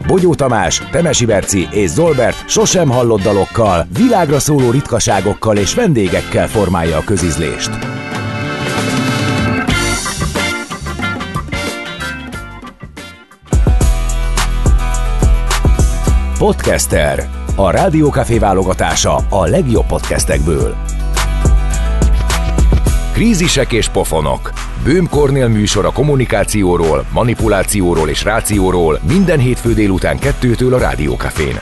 Bogyó Tamás, Temesi Berci és Zolbert sosem hallott dalokkal, világra szóló ritkaságokkal és vendégekkel formálja a közízlést. Podcaster, a Rádiókafé válogatása a legjobb podcastekből. Krízisek és pofonok. Böhm Kornél műsor a kommunikációról, manipulációról és rációról minden hétfő délután 2-től a Rádiókafén.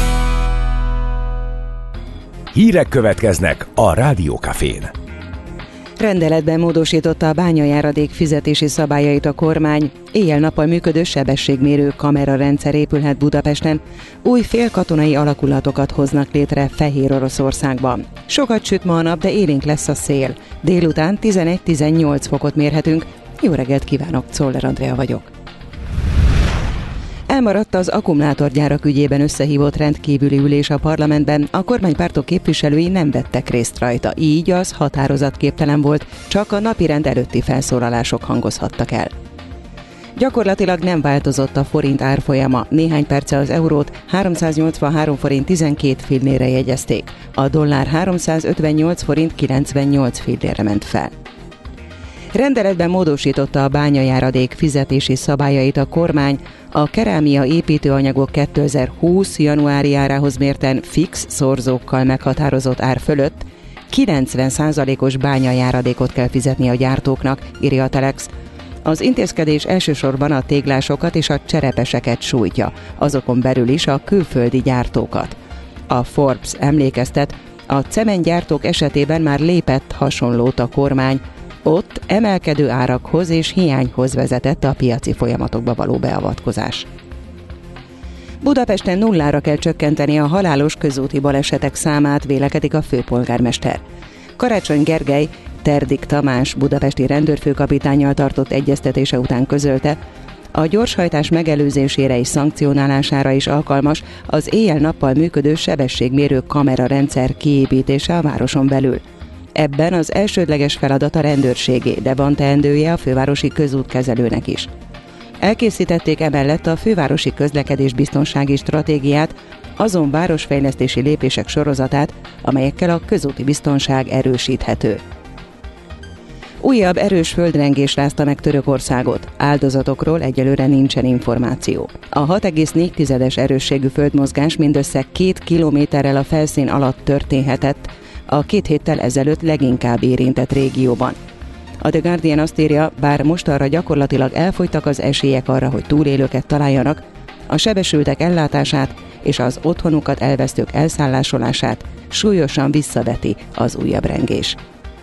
Hírek következnek a Rádiókafén. Rendeletben módosította a bányajáradék fizetési szabályait a kormány. Éjjel-nappal működő sebességmérő kamerarendszer épülhet Budapesten. Új félkatonai alakulatokat hoznak létre Fehéroroszországban. Sokat süt ma a nap, de élénk lesz a szél. Délután 11-18 fokot mérhetünk. Jó reggelt kívánok, Czoller Andrea vagyok. Elmaradt az akkumulátorgyárak ügyében összehívott rendkívüli ülés a parlamentben, a kormánypártok képviselői nem vettek részt rajta, így az határozatképtelen volt, csak a napirend előtti felszólalások hangozhattak el. Gyakorlatilag nem változott a forint árfolyama, néhány perce az eurót 383 forint 12 fillérre jegyezték, a dollár 358 forint 98 fillérre ment fel. Rendeletben módosította a bányajáradék fizetési szabályait a kormány, a kerámia építőanyagok 2020. januári árához mérten fix szorzókkal meghatározott ár fölött 90%-os bányajáradékot kell fizetni a gyártóknak, írja a Telex. Az intézkedés elsősorban a téglásokat és a cserepeseket sújtja, azokon belül is a külföldi gyártókat. A Forbes emlékeztet, a cementgyártók esetében már lépett hasonlót a kormány, ott emelkedő árakhoz és hiányhoz vezetett a piaci folyamatokba való beavatkozás. Budapesten nullára kell csökkenteni a halálos közúti balesetek számát, vélekedik a főpolgármester. Karácsony Gergely Terdik Tamás budapesti rendőrfőkapitánnyal tartott egyeztetése után közölte, a gyorshajtás megelőzésére és szankcionálására is alkalmas az éjjel-nappal működő sebességmérő kamerarendszer kiépítése a városon belül. Ebben az elsődleges feladat a rendőrségé, de van teendője a fővárosi közútkezelőnek is. Elkészítették emellett a fővárosi közlekedésbiztonsági stratégiát, azon városfejlesztési lépések sorozatát, amelyekkel a közúti biztonság erősíthető. Újabb erős földrengés rázta meg Törökországot. Áldozatokról egyelőre nincsen információ. A 6,4-es erősségű földmozgás mindössze 2 kilométerrel a felszín alatt történhetett, a 2 héttel ezelőtt leginkább érintett régióban. A The Guardian azt írja, bár mostanra gyakorlatilag elfogytak az esélyek arra, hogy túlélőket találjanak, a sebesültek ellátását és az otthonukat elvesztők elszállásolását súlyosan visszaveti az újabb rengés.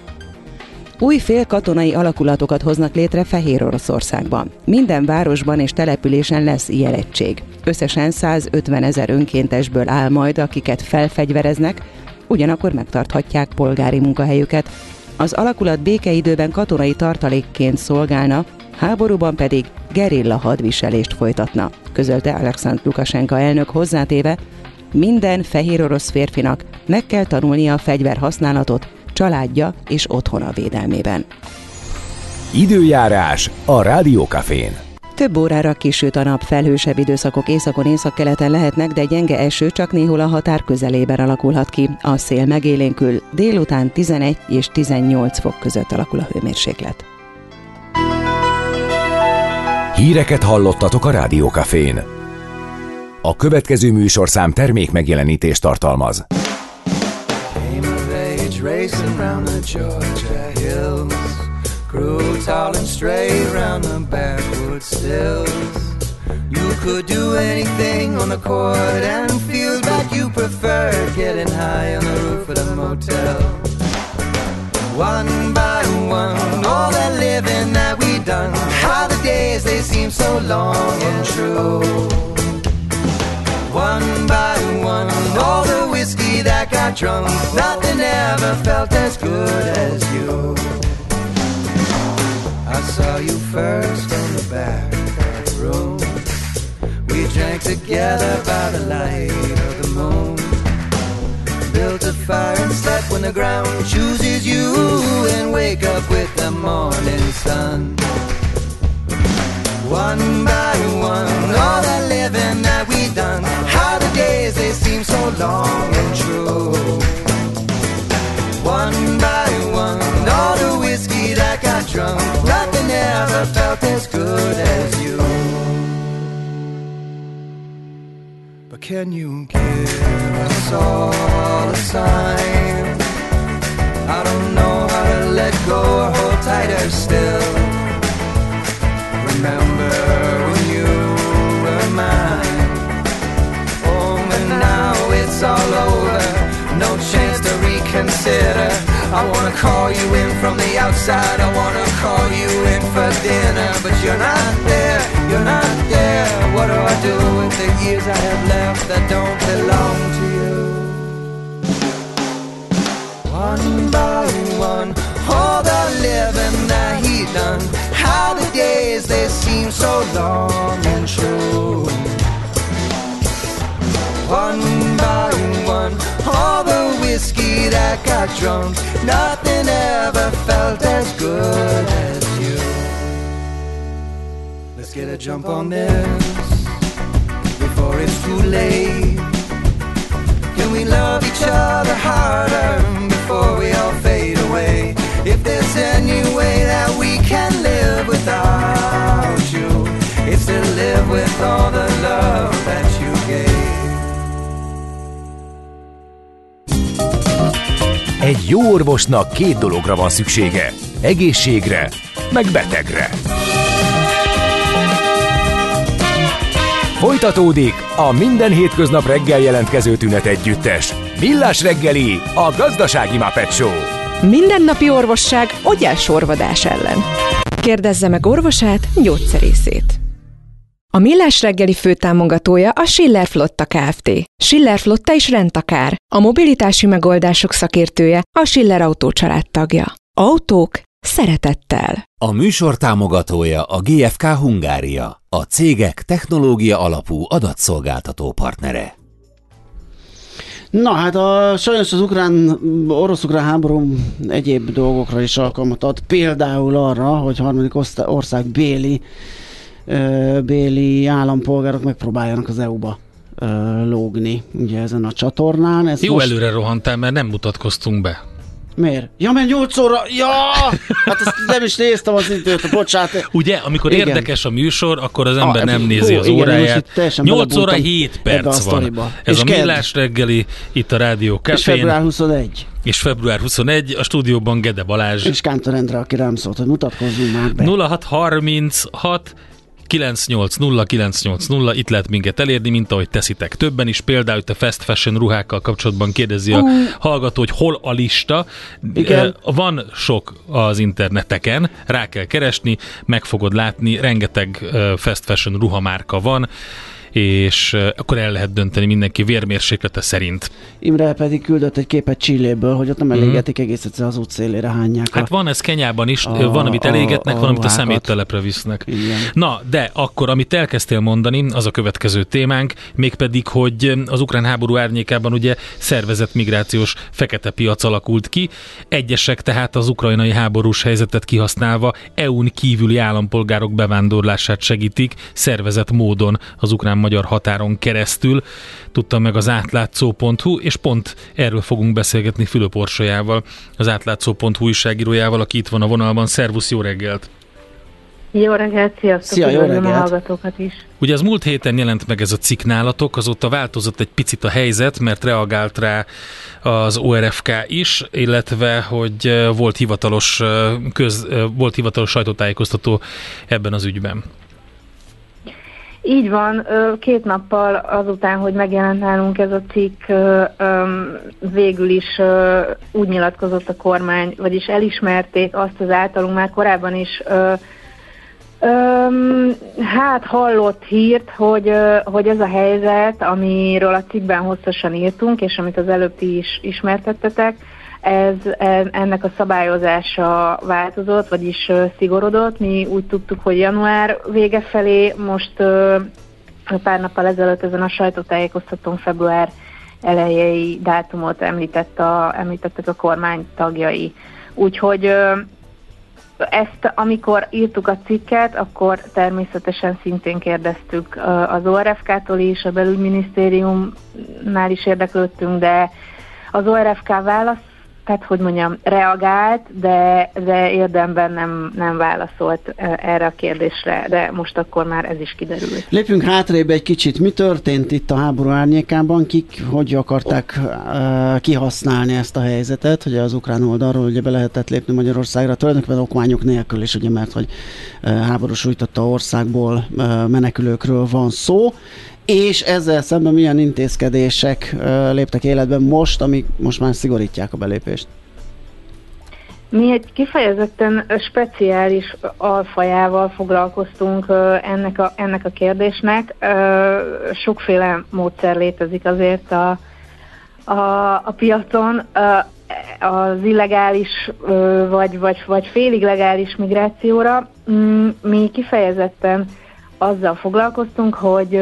Új félkatonai alakulatokat hoznak létre Fehéroroszországban. Minden városban és településen lesz ilyen egység. Összesen 150 000 önkéntesből áll majd, akiket felfegyvereznek, ugyanakkor megtarthatják polgári munkahelyüket. Az alakulat békeidőben katonai tartalékként szolgálna, háborúban pedig gerilla hadviselést folytatna, közölte Alexandr Lukasenka elnök hozzátéve, minden fehérorosz férfinak meg kell tanulnia a fegyverhasználatot családja és otthona védelmében. Időjárás a Rádiókafén. Több órára kisüt a nap, felhősebb időszakok északon északkeleten lehetnek, de gyenge eső csak néhol a határ közelében alakulhat ki. A szél megélénkül, délután 11 és 18 fok között alakul a hőmérséklet. Híreket hallottatok a Rádiókafén. A következő műsorszám termék megjelenítést tartalmaz. Grew tall and straight round the backwoods stills. You could do anything on the court and field, but you preferred getting high on the roof of the motel. One by one, all the living that we done, how the days they seem so long and true. One by one, all the whiskey that got drunk, nothing ever felt as good as you. I saw you first in the back of the room. We drank together by the light of the moon. Built a fire and slept when the ground chooses you, and wake up with the morning sun. One by one, all the living that we long and true. One by one, all the whiskey that got drunk, nothing ever felt as good as you. But can you give us all a sign? I don't know how to let go or hold tighter still. Remember when you were mine? Oh, but now it's all over, no chance to reconsider. I wanna call you in from the outside, I wanna call you in for dinner, but you're not there, you're not there. What do I do with the years I have left that don't belong to you? One by one, all the living that he done, how the days they seem so long and true. One by one, all the whiskey that got drunk, nothing ever felt as good as you. Let's get a jump on this before it's too late. Can we love each other harder before we all fade away? If there's any way that we can live without you, it's to live with all the love that you gave. Egy jó orvosnak két dologra van szüksége. Egészségre, meg betegre. Folytatódik a minden hétköznap reggel jelentkező tünet együttes. Millás reggeli, a gazdasági Muppet Show. Mindennapi orvosság ogyásorvadás ellen. Kérdezze meg orvosát, gyógyszerészét. A Millás reggeli főtámogatója a Schiller Flotta Kft. Schiller Flotta is rendtakár. A mobilitási megoldások szakértője, a Schiller Autó család tagja. Autók szeretettel. A műsor támogatója a GFK Hungária, a cégek technológia alapú adatszolgáltató partnere. Na hát sajnos az orosz-ukrán háború egyéb dolgokra is alkalmat ad, például arra, hogy harmadik ország béli állampolgárok megpróbáljanak az EU-ba lógni, ugye ezen a csatornán. Ez jó, most... előre rohantál, mert nem mutatkoztunk be. Miért? Ja, mert 8 óra... Ja! Hát ezt nem is néztem az időt, bocsánat. Ugye, amikor igen. Érdekes a műsor, akkor az ember nem nézi az óráját. 8 óra 7 perc van. Ez a Millás reggeli, itt a Rádió Cafén. És február 21. És február 21, a stúdióban Gede Balázs. És Kántor Endre, aki rám szólt, hogy mutatkozzunk már be. 0636 980 itt lehet minket elérni, mint ahogy teszitek többen is. Például a fast fashion ruhákkal kapcsolatban kérdezi a hallgató, hogy hol a lista. Igen. Van sok az interneteken, rá kell keresni, meg fogod látni, rengeteg fast fashion ruhamárka van, és akkor el lehet dönteni mindenki vérmérséklete szerint. Imre pedig küldött egy képet Chiléből, hogy ott nem elégetik, egész egyszer az út szélére hányják. Hát van ez Kenyában is, van, amit elégetnek, van, amit a szeméttelepre visznek. Igen. Na, de akkor, amit elkezdtél mondani, az a következő témánk, mégpedig, hogy az ukrán háború árnyékában ugye szervezett migrációs fekete piac alakult ki. Egyesek tehát az ukrajnai háborús helyzetet kihasználva EU-n kívüli állampolgárok bevándorlását segítik szervezett módon az ukrán-magyar határon keresztül, tudta meg az átlátszó.hu, és pont erről fogunk beszélgetni Fülöp Orsolyával, az átlátszó.hu újságírójával, aki itt van a vonalban. Szervusz, jó reggelt! Jó reggelt, sziasztok! Szia, jó reggelt! A hallgatókat is. Ugye az múlt héten jelent meg ez a cikk nálatok, azóta változott egy picit a helyzet, mert reagált rá az ORFK is, illetve hogy volt hivatalos sajtótájékoztató ebben az ügyben. Így van, 2 nappal azután, hogy megjelent nálunk ez a cikk, végül is úgy nyilatkozott a kormány, vagyis elismerték azt az általunk már korábban is hallott hírt, hogy ez a helyzet, amiről a cikkben hosszasan írtunk, és amit az előbb ti is ismertettetek, ennek a szabályozása változott, vagyis szigorodott. Mi úgy tudtuk, hogy január vége felé, most pár nappal ezelőtt ezen a sajtótájékoztatón február elejei dátumot említettek a kormány tagjai. Úgyhogy ezt, amikor írtuk a cikket, akkor természetesen szintén kérdeztük az ORFK-tól is, a belügyminisztériumnál is érdeklődtünk, de az ORFK válasz, tehát hogy mondjam, reagált, de érdemben nem válaszolt erre a kérdésre, de most akkor már ez is kiderült. Lépjünk hátrébb egy kicsit. Mi történt itt a háború árnyékában? Kik hogy akarták kihasználni ezt a helyzetet, hogy az ukrán oldalról ugye be lehetett lépni Magyarországra, tulajdonképpen okmányok nélkül is, ugye, mert hogy háború sújtotta országból menekülőkről van szó, és ezzel szemben milyen intézkedések léptek életben most, amik most már szigorítják a belépést? Mi egy kifejezetten speciális alfajával foglalkoztunk ennek a kérdésnek. Sokféle módszer létezik azért a piacon. Az illegális vagy félig legális migrációra. Mi kifejezetten azzal foglalkoztunk, hogy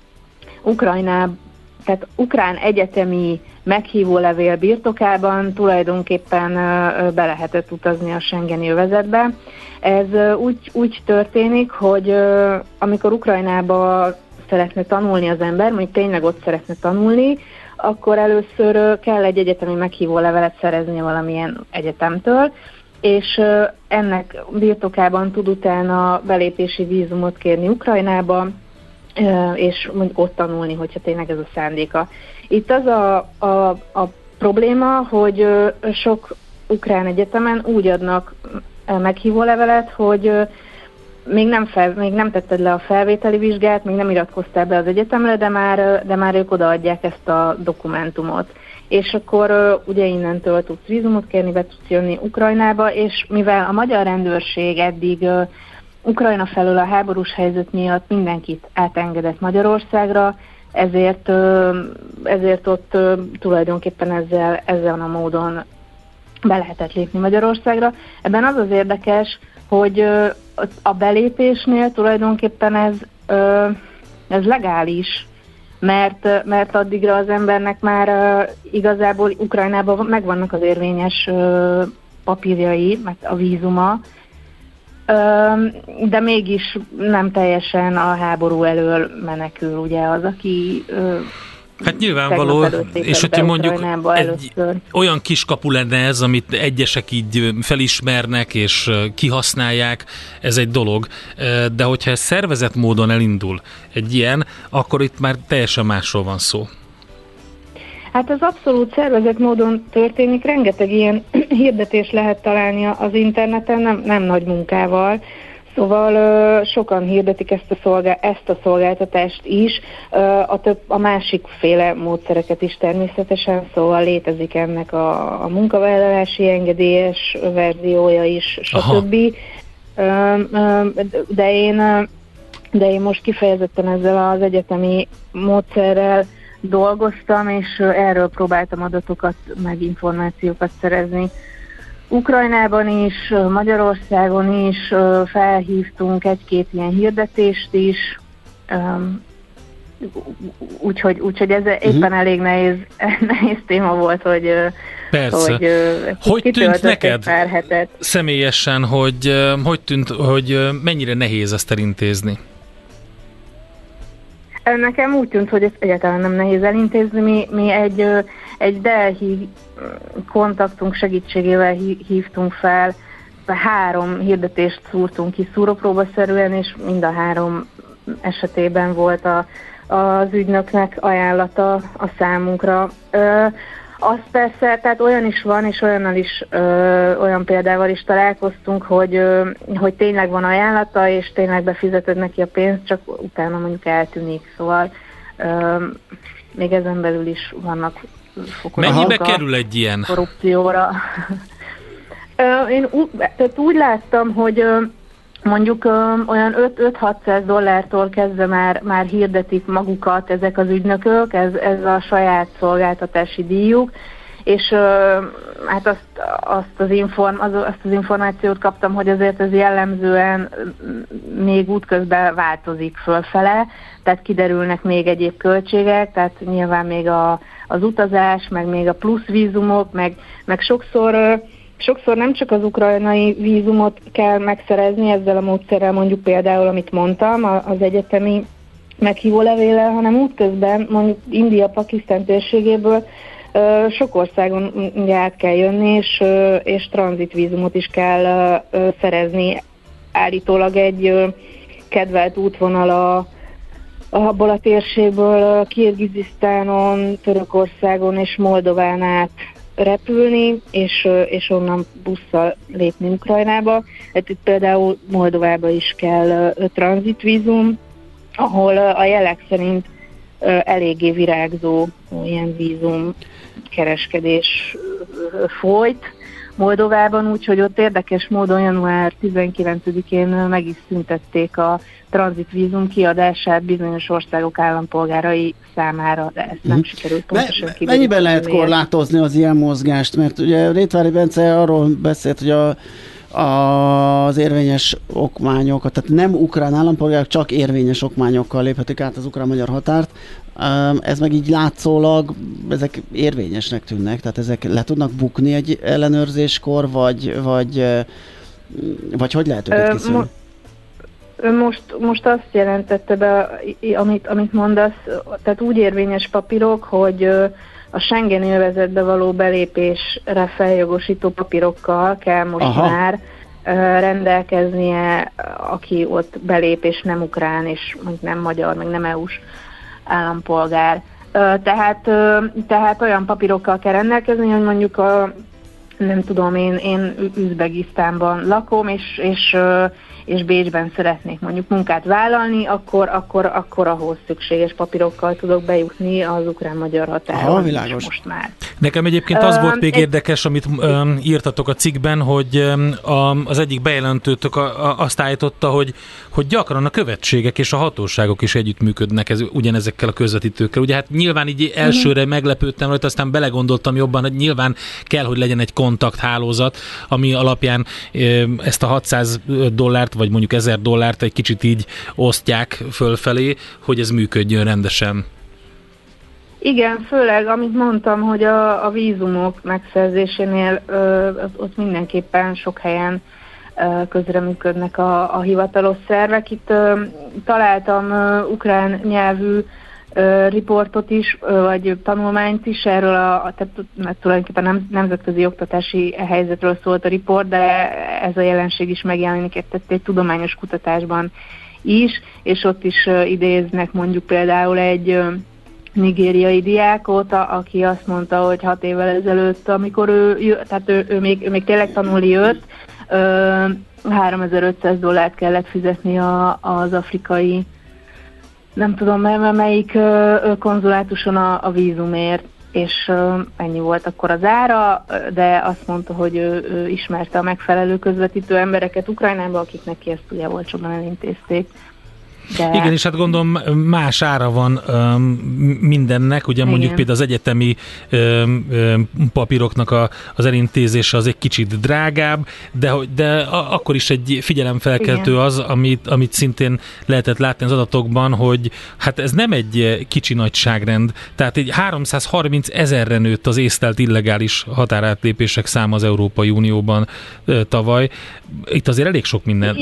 tehát ukrán egyetemi meghívólevél birtokában tulajdonképpen be lehetett utazni a schengeni övezetbe. Ez úgy történik, hogy amikor Ukrajnába szeretne tanulni az ember, mondjuk tényleg ott szeretne tanulni, akkor először kell egy egyetemi meghívólevelet szerezni valamilyen egyetemtől, és ennek birtokában tud utána belépési vízumot kérni Ukrajnába, és mondjuk ott tanulni, hogyha tényleg ez a szándéka. Itt az a probléma, hogy sok ukrán egyetemen úgy adnak meghívólevelet, hogy még nem tetted le a felvételi vizsgát, még nem iratkoztál be az egyetemre, de már ők odaadják ezt a dokumentumot. És akkor ugye innentől tudsz vízumot kérni, be tudsz jönni Ukrajnába, és mivel a magyar rendőrség eddig Ukrajna felől a háborús helyzet miatt mindenkit átengedett Magyarországra, ezért ott tulajdonképpen ezzel a módon be lehetett lépni Magyarországra. Ebben az az érdekes, hogy a belépésnél tulajdonképpen ez legális, mert addigra az embernek már igazából Ukrajnában megvannak az érvényes papírjai, mert a vízuma, de mégis nem teljesen a háború elől menekül, ugye az, aki hát nyilvánvaló, és hogyha mondjuk egy olyan kiskapu lenne ez, amit egyesek így felismernek és kihasználják, ez egy dolog, de hogyha ez szervezett módon elindul egy ilyen, akkor itt már teljesen másról van szó. Hát ez abszolút szervezett módon történik, rengeteg ilyen hirdetést lehet találni az interneten, nem nagy munkával, szóval sokan hirdetik ezt a szolgáltatást is, a másikféle módszereket is természetesen, szóval létezik ennek a munkavállalási engedélyes verziója is, stb. De én most kifejezetten ezzel az egyetemi módszerrel dolgoztam, és erről próbáltam adatokat, meg információkat szerezni. Ukrajnában is, Magyarországon is felhívtunk egy-két ilyen hirdetést is, úgyhogy ez éppen elég nehéz téma volt, hogy persze. Hogy tűnt neked személyesen, hogy tűnt, hogy mennyire nehéz ezt elintézni? Nekem úgy tűnt, hogy ezt egyáltalán nem nehéz elintézni. Mi egy Delhi kontaktunk segítségével hívtunk fel, 3 hirdetést szúrtunk ki szúrópróbaszerűen, és mind a 3 esetében volt az ügynöknek ajánlata a számunkra. Az persze, tehát olyan is van, és olyan példával is találkoztunk, hogy tényleg van ajánlata, és tényleg befizeted neki a pénzt, csak utána mondjuk eltűnik. Szóval még ezen belül is vannak fokozatok. Mennyibe kerül egy ilyen? Korrupcióra. Én úgy láttam, hogy mondjuk olyan $500-600 kezdve már hirdetik magukat ezek az ügynökök, ez a saját szolgáltatási díjuk, és hát azt az információt kaptam, hogy azért ez jellemzően még útközben változik fölfele, tehát kiderülnek még egyéb költségek, tehát nyilván még az utazás, meg még a plusz vízumok, meg sokszor sokszor nem csak az ukrajnai vízumot kell megszerezni ezzel a módszerrel, mondjuk például, amit mondtam, az egyetemi meghívólevéllel, hanem útközben mondjuk India-Pakisztán térségéből sok országon ugye át kell jönni, és tranzitvízumot is kell szerezni. Állítólag egy kedvelt útvonal abból a térségből Kirgizisztánon, Törökországon és Moldován át repülni, és onnan busszal lépni Ukrajnába. Hát itt például Moldovába is kell tranzitvízum, ahol a jelek szerint eléggé virágzó ilyen vízum kereskedés folyt Moldovában, úgyhogy ott érdekes módon január 19-én meg is szüntették a tranzitvízum kiadását bizonyos országok állampolgárai számára, de ezt nem sikerült pontosan kideríteni. Mennyiben lehet korlátozni az ilyen mozgást? Mert ugye Rétvári Bence arról beszélt, hogy az érvényes okmányok, tehát nem ukrán állampolgárok, csak érvényes okmányokkal léphetik át az ukrán-magyar határt. Ez meg így látszólag, ezek érvényesnek tűnnek, tehát ezek le tudnak bukni egy ellenőrzéskor, vagy hogy lehet őket kiszűrni? Most azt jelentette be, amit mondasz, tehát úgy érvényes papírok, hogy a Schengeni övezetbe való belépésre feljogosító papírokkal kell most már rendelkeznie, aki ott belép, és nem ukrán, és nem magyar, meg nem EU-s állampolgár. Tehát olyan papírokkal kell rendelkezni, hogy mondjuk nem tudom, én Üzbegisztánban lakom, és Bécsben szeretnék mondjuk munkát vállalni, akkor ahhoz szükséges papírokkal tudok bejutni az ukrán-magyar határon. Világos. Most már. Nekem egyébként az volt még érdekes, amit írtatok a cikkben, hogy az egyik bejelentőtök azt állította, hogy gyakran a követségek és a hatóságok is együttműködnek ugyanezekkel a közvetítőkkel. Ugye hát nyilván így elsőre meglepődtem rajta, aztán belegondoltam jobban, hogy nyilván kell, hogy legyen egy kontakthálózat, ami alapján ezt a $600 vagy mondjuk $1000 egy kicsit így osztják fölfelé, hogy ez működjön rendesen. Igen, főleg, amit mondtam, hogy a vízumok megszerzésénél ott mindenképpen sok helyen közreműködnek a hivatalos szervek. Itt találtam ukrán nyelvű riportot is, vagy tanulmányt is erről, tehát tulajdonképpen a nemzetközi oktatási helyzetről szólt a riport, de ez a jelenség is megjelenik egy tudományos kutatásban is, és ott is idéznek mondjuk például egy nigériai diákot, aki azt mondta, hogy 6 évvel ezelőtt, amikor ő még tényleg tanulni jött, $3500 kellett fizetni az afrikai, nem tudom melyik konzulátuson a vízumért, és ennyi volt akkor az ára, de azt mondta, hogy ő ismerte a megfelelő közvetítő embereket Ukrajnában, akik neki ezt ugye olcsóban elintézték. De... Igen, és hát gondolom más ára van mindennek, ugye mondjuk például az egyetemi papíroknak az elintézése az egy kicsit drágább, de akkor is egy figyelemfelkeltő az, amit szintén lehetett látni az adatokban, hogy hát ez nem egy kicsi nagyságrend, tehát egy 330 000-re nőtt az észlelt illegális határátlépések száma az Európai Unióban tavaly. Itt azért elég sok minden.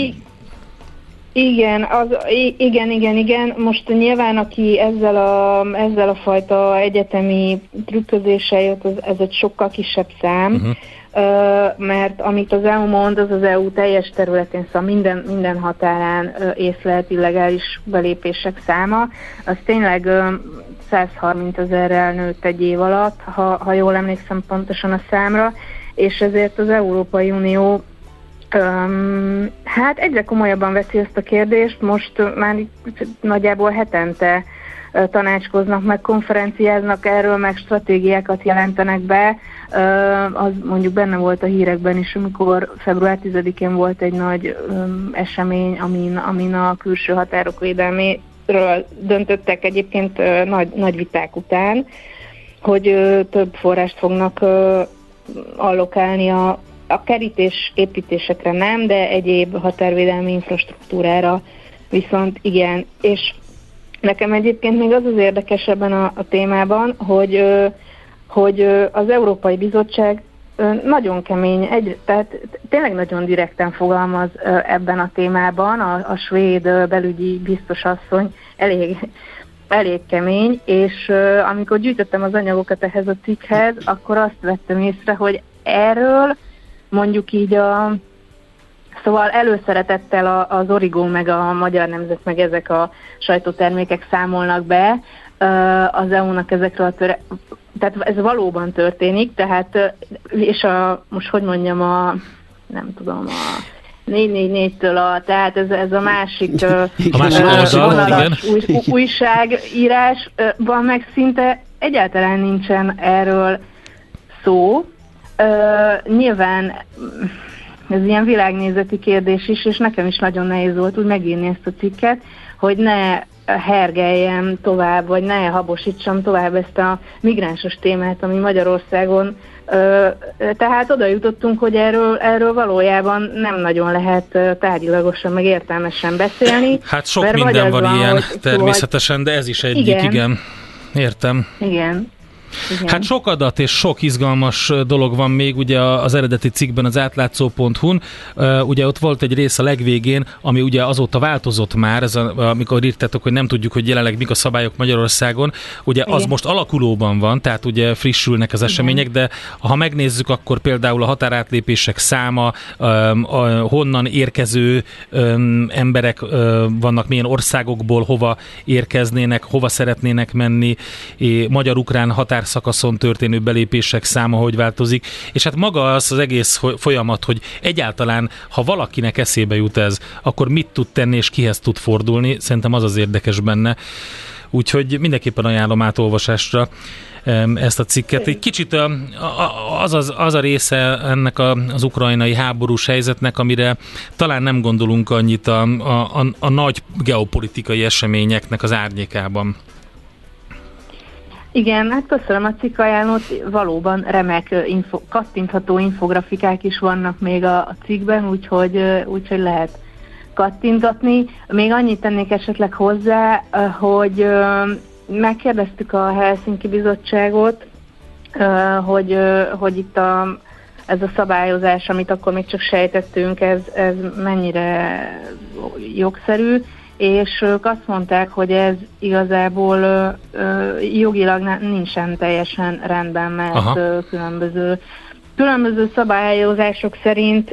Igen. Most nyilván, aki ezzel a fajta egyetemi trükközéssel jött, ez egy sokkal kisebb szám, mert amit az EU mond, az EU teljes területén, szóval minden határán észlelt illegális belépések száma, az tényleg 130 000-rel nőtt egy év alatt, ha jól emlékszem pontosan a számra, és ezért az Európai Unió hát egyre komolyabban veszi ezt a kérdést, most már nagyjából hetente tanácskoznak, meg konferenciáznak erről, meg stratégiákat jelentenek be. Az mondjuk benne volt a hírekben is, amikor február 10-én volt egy nagy esemény, amin a külső határok védelméről döntöttek egyébként nagy viták után, hogy több forrást fognak allokálni a kerítés építésekre nem, de egyéb határvédelmi infrastruktúrára viszont igen. És nekem egyébként még az érdekes ebben a témában, hogy az Európai Bizottság nagyon kemény, tehát tényleg nagyon direkten fogalmaz ebben a témában. A svéd belügyi biztos asszony elég kemény, és amikor gyűjtöttem az anyagokat ehhez a cikkhez, akkor azt vettem észre, hogy erről mondjuk így szóval előszeretettel az Origo, meg a Magyar Nemzet, meg ezek a sajtótermékek számolnak be az EU-nak ezekről tehát ez valóban történik, tehát, és most hogy mondjam, nem tudom, a 444-től tehát ez a másik oldal, újságírásban meg szinte egyáltalán nincsen erről szó. Nyilván ez ilyen világnézeti kérdés is, és nekem is nagyon nehéz volt úgy megírni ezt a cikket, hogy ne hergeljem tovább, vagy ne habosítsam tovább ezt a migránsos témát, ami Magyarországon. Tehát oda jutottunk, hogy erről valójában nem nagyon lehet tárgyilagosan, meg értelmesen beszélni. Hát sok minden van ilyen természetesen, de ez is egyik, igen. Értem. Igen. Hát sok adat és sok izgalmas dolog van még, ugye az eredeti cikkben az átlátszó.hu-n, ugye ott volt egy rész a legvégén, ami ugye azóta változott már, amikor írtátok, hogy nem tudjuk, hogy jelenleg mik a szabályok Magyarországon, ugye az most alakulóban van, tehát ugye frissülnek az események, de ha megnézzük, akkor például a határátlépések száma, honnan érkező emberek vannak, milyen országokból hova érkeznének, hova szeretnének menni, magyar-ukrán határszakaszon történő belépések száma hogy változik, és hát maga az egész folyamat, hogy egyáltalán, ha valakinek eszébe jut ez, akkor mit tud tenni és kihez tud fordulni, szerintem az érdekes benne. Úgyhogy mindenképpen ajánlom átolvasásra ezt a cikket. Egy kicsit az a része ennek az ukrajnai háborús helyzetnek, amire talán nem gondolunk annyit a nagy geopolitikai eseményeknek az árnyékában. Igen, hát köszönöm a cikk ajánlót, valóban remek kattintható infografikák is vannak még a cikkben, úgyhogy lehet kattintatni. Még annyit tennék esetleg hozzá, hogy megkérdeztük a Helsinki Bizottságot, hogy itt ez a szabályozás, amit akkor még csak sejtettünk, ez mennyire jogszerű, és ők azt mondták, hogy ez igazából jogilag nincsen teljesen rendben, mert különböző szabályozások szerint,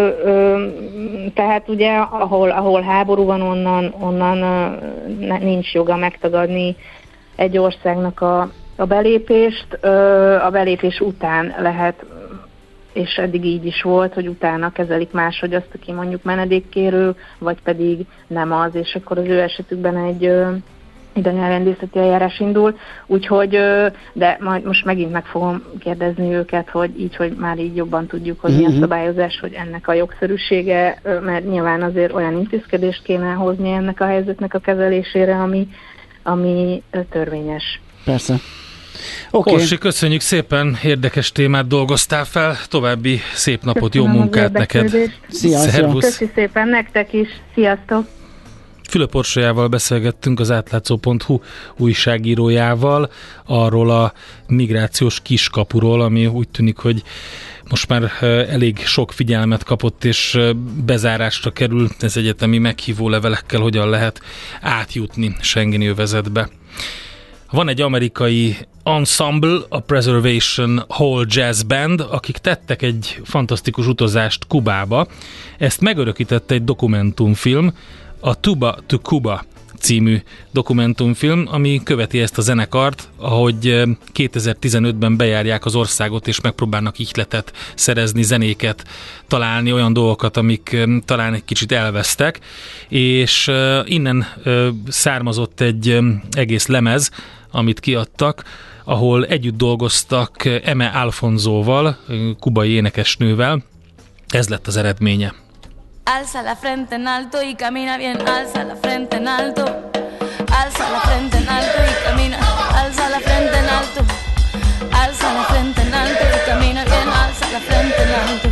tehát ugye ahol háború van, onnan nincs joga megtagadni egy országnak a belépést, a belépés után lehet, és eddig így is volt, hogy utána kezelik máshogy azt, aki mondjuk menedékkérő, vagy pedig nem az, és akkor az ő esetükben egy idegenrendészeti eljárás indul. Úgyhogy, de majd most megint meg fogom kérdezni őket, hogy már így jobban tudjuk, hogy mi a szabályozás, hogy ennek a jogszerűsége, mert nyilván azért olyan intézkedést kéne hozni ennek a helyzetnek a kezelésére, ami törvényes. Persze. Okay. Orsi, köszönjük szépen, érdekes témát dolgoztál fel, további szép napot, köszönöm, jó munkát neked. Szervusz. Köszi szépen nektek is, sziasztok! Fülöp Orsolyával beszélgettünk, az átlátszó.hu újságírójával, arról a migrációs kiskapuról, ami úgy tűnik, hogy most már elég sok figyelmet kapott, és bezárásra kerül ez egyetemi meghívó levelekkel, hogyan lehet átjutni Schengeni övezetbe. Van egy amerikai ensemble, a Preservation Hall Jazz Band, akik tettek egy fantasztikus utazást Kubába. Ezt megörökítette egy dokumentumfilm, a Tuba to Cuba című dokumentumfilm, ami követi ezt a zenekart, ahogy 2015-ben bejárják az országot, és megpróbálnak ihletet szerezni, zenéket találni, olyan dolgokat, amik talán egy kicsit elvesztek, és innen származott egy egész lemez, amit kiadtak, ahol együtt dolgoztak Eme Alfonzóval, kubai énekesnővel. Ez lett az eredménye. Alza la frente en alto y camina bien, alza la frente en alto. Alza la frente en alto y camina, alza la frente en alto. Alza la frente en alto y camina bien, alza la frente en alto.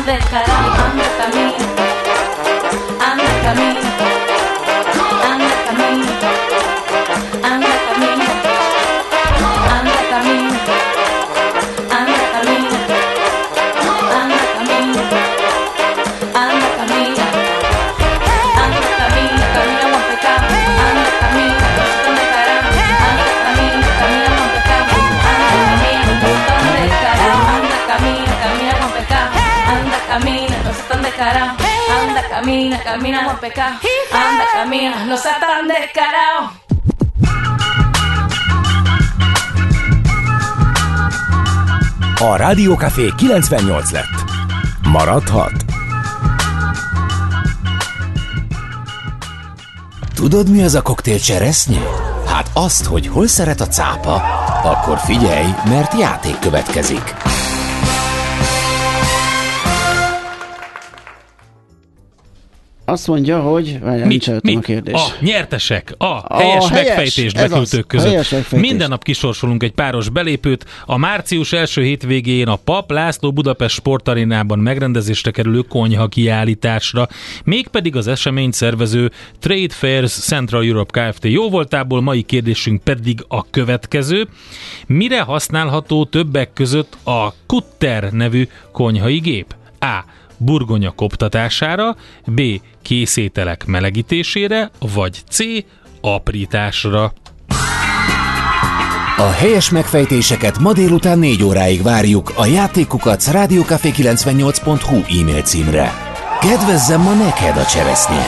descarado. Anda, camina, anda, camina, anda, camina, anda, camina, anda, camina, anda, camina, anda, camina, anda, camina, anda, camina, camina con pecado, anda, camina, donde estará, anda, camina, camina con pecado, anda, camina, donde estará, anda, camina, camina con pecado, anda, camina, no se tan descarado, anda, camina, camina con pecado, anda, camina, no se tan descarado. A Rádiókafé 98 lett. Maradhat? Tudod, mi az a koktél cseresznye? Hát azt, hogy hol szeret a cápa, akkor figyelj, mert játék következik. Azt mondja, hogy... Mit? A kérdés. A nyertesek, a helyes megfejtést beküldők között. Minden nap kisorsolunk egy páros belépőt. A március első hétvégén a Pap László Budapest Sportarénában megrendezésre kerülő konyha kiállításra. Mégpedig az eseményt szervező Trade Fairs Central Europe Kft. Jóvoltából. Mai kérdésünk pedig a következő. Mire használható többek között a Kutter nevű konyhai gép? A. Burgonya koptatására, B. készételek melegítésére, vagy C. aprításra. A helyes megfejtéseket ma délután 4 óráig várjuk a játékukac@rádiókafé98.hu e-mail címre. Kedvezzem ma neked a cseresznye!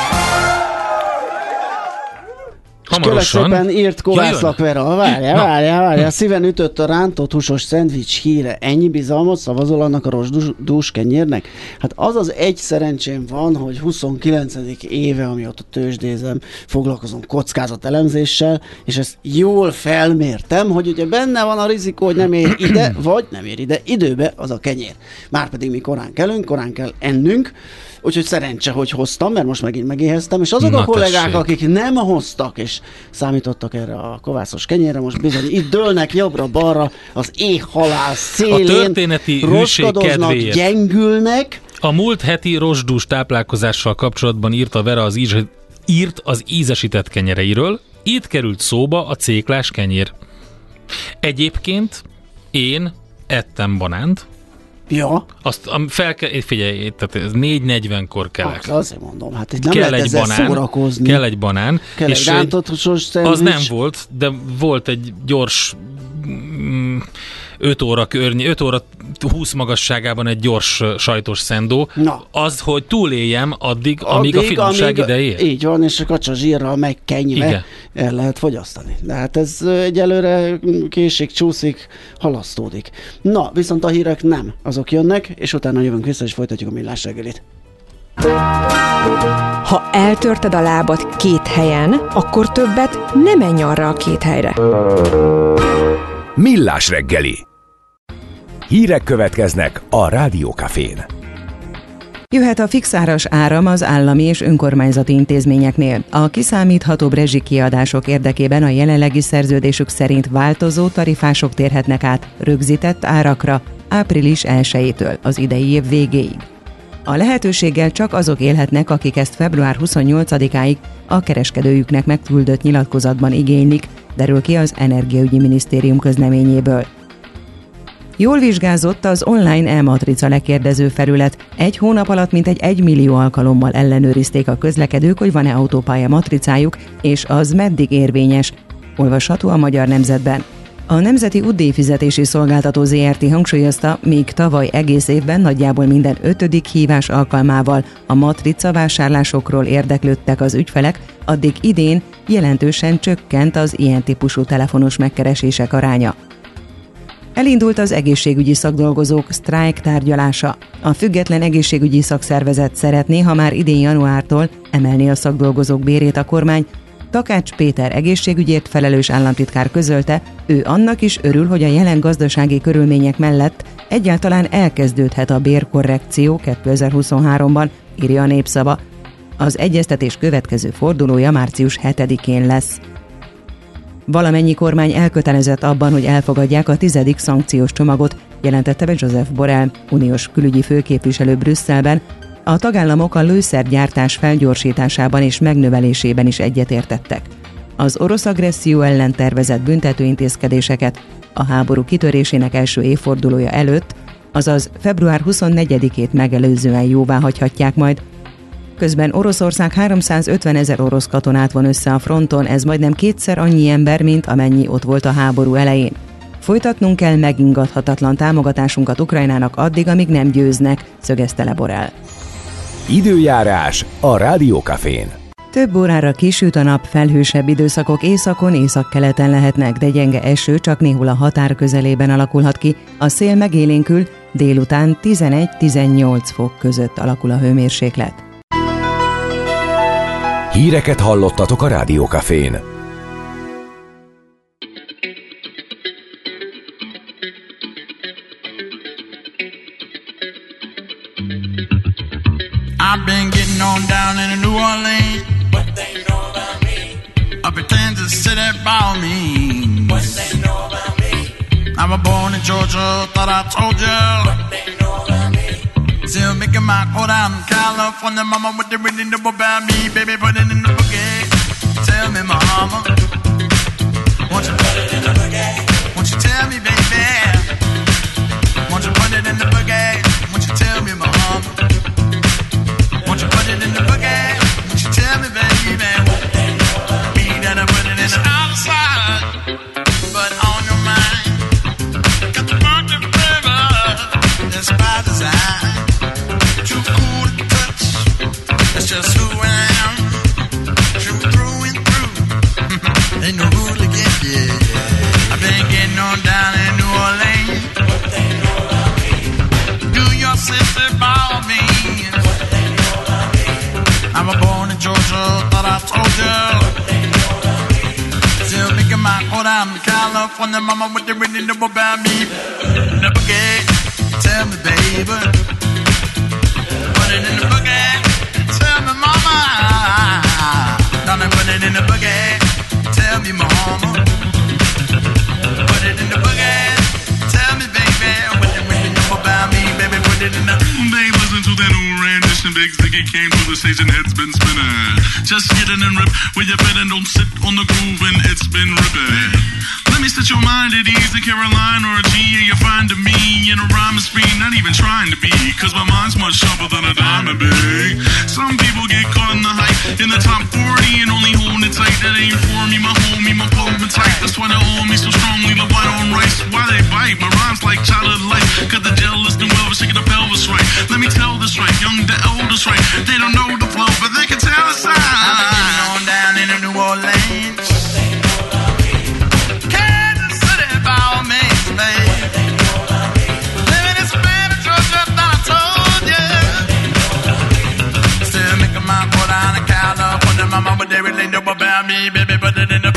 Hamarosan. Kérlek szépen írt Kovács Lakvera. Várjál. Szíven ütött a rántott húsos szendvics híre. Ennyi bizalmat szavazol annak a rozsdús kenyérnek? Hát az az egy szerencsém van, hogy 29. éve, amióta tőzsdézem, foglalkozom kockázatelemzéssel, és ezt jól felmértem, hogy ugye benne van a rizikó, hogy nem ér ide, vagy nem ér ide időbe az a kenyér. Márpedig mi korán kelünk, korán kell ennünk, úgyhogy szerencse, hogy hoztam, mert most megint megéheztem, és azok a kollégák, akik nem hoztak, és számítottak erre a kovászos kenyérre, most bizony itt dőlnek jobbra-balra az éhhalál szélén, a történeti roskadoznak, gyengülnek. A múlt heti rozsdús táplálkozással kapcsolatban írt a Vera az ízesített kenyereiről, itt került szóba a céklás kenyér. Egyébként én ettem banánt. Ja. Azt figyelj, tehát ez 4:40-kor kelek. Azért mondom, hát itt nem kell lehet ezzel szórakozni. Kell egy banán. Kell egy rántott húsos szendvics. Az nem volt, de volt egy gyors 5 óra 20 magasságában egy gyors sajtos szendó. Na. Az, hogy túléljem amíg a finomság ide ér. Így van, és a kacsa zsírral megkenyve el lehet fogyasztani. De hát ez egyelőre késik, csúszik, halasztódik. Na, viszont a hírek nem. Azok jönnek, és utána jövünk vissza, és folytatjuk a Millás reggelit. Ha eltörted a lábad 2 helyen, akkor többet ne menj arra a 2 helyre. Millás reggeli. Hírek következnek a Rádiókafén. Jöhet a fixáras áram az állami és önkormányzati intézményeknél. A kiszámíthatóbb rezsikiadások érdekében a jelenlegi szerződésük szerint változó tarifások térhetnek át rögzített árakra április 1-től az idei év végéig. A lehetőséggel csak azok élhetnek, akik ezt február 28-áig a kereskedőjüknek megküldött nyilatkozatban igénylik, derül ki az Energiaügyi Minisztérium közleményéből. Jól vizsgázott az online e-matrica lekérdező felület. Egy hónap alatt mintegy 1 millió alkalommal ellenőrizték a közlekedők, hogy van-e autópálya matricájuk, és az meddig érvényes. Olvasható a Magyar Nemzetben. A Nemzeti Útdíjfizetési Szolgáltató Zrt. Hangsúlyozta, míg tavaly egész évben nagyjából minden 5. hívás alkalmával a matrica vásárlásokról érdeklődtek az ügyfelek, addig idén jelentősen csökkent az ilyen típusú telefonos megkeresések aránya. Elindult az egészségügyi szakdolgozók sztrájk tárgyalása. A Független Egészségügyi Szakszervezet szeretné, ha már idén januártól emelni a szakdolgozók bérét a kormány. Takács Péter egészségügyért felelős államtitkár közölte, ő annak is örül, hogy a jelen gazdasági körülmények mellett egyáltalán elkezdődhet a bérkorrekció 2023-ban, írja a Népszava. Az egyeztetés következő fordulója március 7-én lesz. Valamennyi kormány elkötelezett abban, hogy elfogadják a 10. szankciós csomagot, jelentette be Joseph Borrell, uniós külügyi főképviselő Brüsszelben. A tagállamok a lőszergyártás felgyorsításában és megnövelésében is egyetértettek. Az orosz agresszió ellen tervezett büntetőintézkedéseket a háború kitörésének első évfordulója előtt, azaz február 24-ét megelőzően jóvá hagyhatják majd. Közben Oroszország 350 000 orosz katonát von össze a fronton, ez majdnem kétszer annyi ember, mint amennyi ott volt a háború elején. Folytatnunk kell megingathatatlan támogatásunkat Ukrajnának addig, amíg nem győznek, szögezte le Borrell. Időjárás a Rádiókafén. Több órára kisüt a nap, felhősebb időszakok északon, északkeleten lehetnek, de gyenge eső csak néhol a határ közelében alakulhat ki. A szél megélénkül, délután 11-18 fok között alakul a hőmérséklet. Híreket hallottatok a Rádiókafén. I've been getting on down in New Orleans. What they know about me? I pretend to sit there by me. What they know about me? I was born in Georgia, thought I told you. What they know about me? Still making my go down in California, mama, what they really know about me? Baby, put it in the boogie. Tell me, mama. Won't you put it in the boogie? Won't you tell me, baby? Won't you put it in the boogie? Won't you tell me, mama? Won't you put it in the boogie? Won't you tell me, baby? Me that I put it in the outside, but on your mind. Got the funky flavor, that's by design. Too cool to touch, that's just who I am. True through and through, ain't no rule against you. I've been getting on down in New Orleans. Do your sister ball me? I was born in Georgia, thought I told you. Still making my go down to California, mama, what they really know about me? Never get, tell me, baby. Put it in the boogie, tell me, mama. Darling, put it in the boogie, tell me, mama. Put it in the boogie, tell me, baby, what they really know about me, baby. Put it in the. They listen to that new rendition, Big Ziggy came to the stage and head's been spinning. Just get in and rip where you fit and don't sit on the groove and it's been ripping. Let me set your mind at ease in Caroline or a G and you find to me in a rhyme and speed, not even trying to be, cause my mind's much sharper than a diamond, big. Some people get caught in the hype in the top 40 and only holding it tight. That ain't for me, my homie, my poem tight. That's why they hold me so strongly, the white on rice. Why they bite? My rhymes like childhood life. Cut the gel listening well, shaking the pelvis right. Let me tell this right, young the elders right. They don't know the flow, but they can tell the sign. I've been getting on down in New Orleans. Kansas City, by all means, babe. Living in Savannah, Georgia, thought I told you. Still making my go down to California, mama, but they really know about me, baby. Put it in the.